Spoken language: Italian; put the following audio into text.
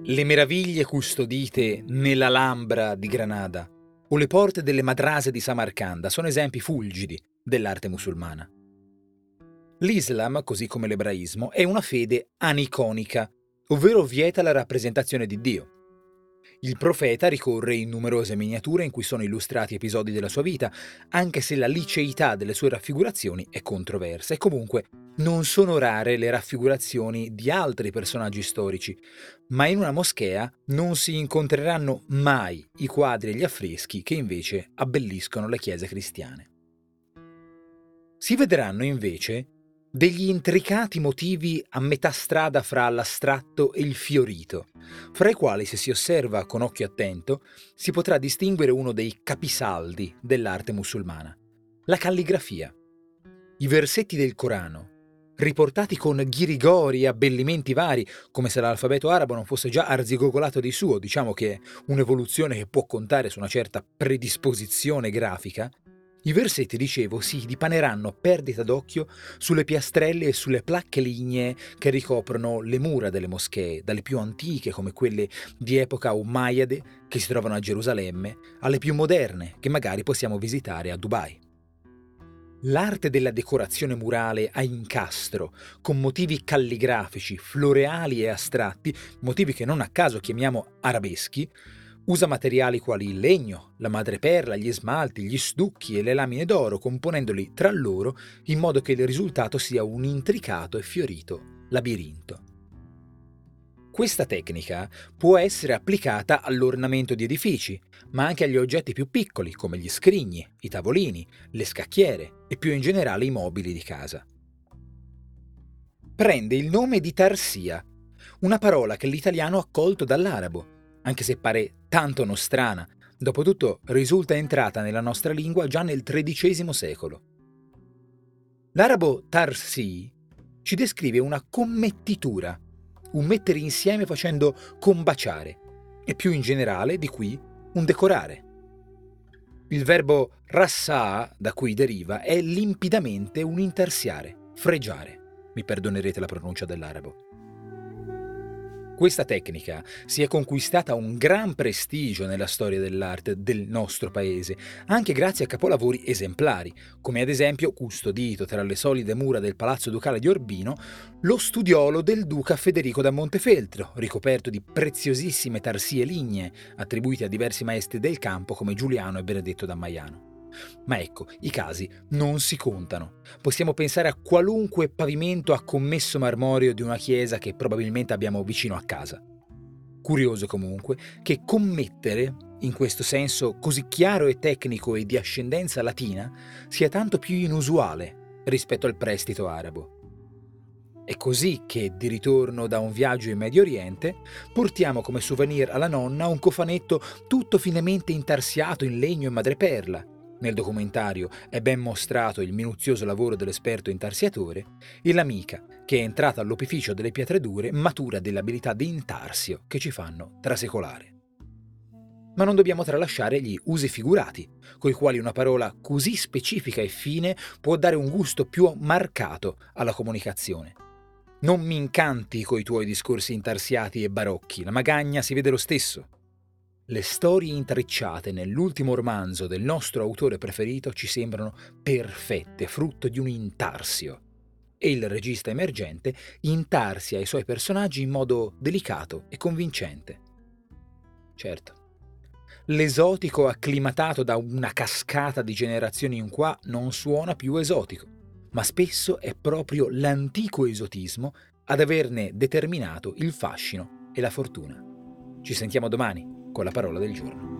Le meraviglie custodite nell'Alhambra di Granada o le porte delle madrase di Samarcanda sono esempi fulgidi dell'arte musulmana. L'Islam, così come l'ebraismo, è una fede aniconica, ovvero vieta la rappresentazione di Dio. Il profeta ricorre in numerose miniature in cui sono illustrati episodi della sua vita, anche se la liceità delle sue raffigurazioni è controversa e comunque non sono rare le raffigurazioni di altri personaggi storici, ma in una moschea non si incontreranno mai i quadri e gli affreschi che invece abbelliscono le chiese cristiane. Si vedranno invece degli intricati motivi a metà strada fra l'astratto e il fiorito, fra i quali, se si osserva con occhio attento, si potrà distinguere uno dei capisaldi dell'arte musulmana, la calligrafia. I versetti del Corano, riportati con ghirigori e abbellimenti vari, come se l'alfabeto arabo non fosse già arzigogolato di suo, diciamo che è un'evoluzione che può contare su una certa predisposizione grafica. I versetti, dicevo, si dipaneranno a perdita d'occhio sulle piastrelle e sulle placche lignee che ricoprono le mura delle moschee, dalle più antiche come quelle di epoca Umayyade che si trovano a Gerusalemme, alle più moderne che magari possiamo visitare a Dubai. L'arte della decorazione murale a incastro, con motivi calligrafici, floreali e astratti, motivi che non a caso chiamiamo arabeschi, usa materiali quali il legno, la madreperla, gli smalti, gli stucchi e le lamine d'oro, componendoli tra loro in modo che il risultato sia un intricato e fiorito labirinto. Questa tecnica può essere applicata all'ornamento di edifici, ma anche agli oggetti più piccoli come gli scrigni, i tavolini, le scacchiere e più in generale i mobili di casa. Prende il nome di tarsia, una parola che l'italiano ha colto dall'arabo, anche se pare tanto nostrana, dopotutto risulta entrata nella nostra lingua già nel XIII secolo. L'arabo tarsi ci descrive una commettitura, un mettere insieme facendo combaciare, e più in generale, di qui, un decorare. Il verbo rassa, da cui deriva, è limpidamente un intarsiare, fregiare. Mi perdonerete la pronuncia dell'arabo. Questa tecnica si è conquistata un gran prestigio nella storia dell'arte del nostro paese, anche grazie a capolavori esemplari, come ad esempio, custodito tra le solide mura del Palazzo Ducale di Urbino, lo studiolo del duca Federico da Montefeltro, ricoperto di preziosissime tarsie lignee, attribuite a diversi maestri del campo come Giuliano e Benedetto da Maiano. Ma ecco, i casi non si contano. Possiamo pensare a qualunque pavimento a commesso marmoreo di una chiesa che probabilmente abbiamo vicino a casa. Curioso comunque che commettere, in questo senso così chiaro e tecnico e di ascendenza latina, sia tanto più inusuale rispetto al prestito arabo. È così che, di ritorno da un viaggio in Medio Oriente, portiamo come souvenir alla nonna un cofanetto tutto finemente intarsiato in legno e madreperla. Nel documentario è ben mostrato il minuzioso lavoro dell'esperto intarsiatore e l'amica, che è entrata all'opificio delle pietre dure, matura delle abilità di intarsio che ci fanno trasecolare. Ma non dobbiamo tralasciare gli usi figurati, coi quali una parola così specifica e fine può dare un gusto più marcato alla comunicazione. Non mi incanti coi tuoi discorsi intarsiati e barocchi, la magagna si vede lo stesso. Le storie intrecciate nell'ultimo romanzo del nostro autore preferito ci sembrano perfette, frutto di un intarsio. E il regista emergente intarsia i suoi personaggi in modo delicato e convincente. Certo, l'esotico acclimatato da una cascata di generazioni in qua non suona più esotico, ma spesso è proprio l'antico esotismo ad averne determinato il fascino e la fortuna. Ci sentiamo domani con la parola del giorno.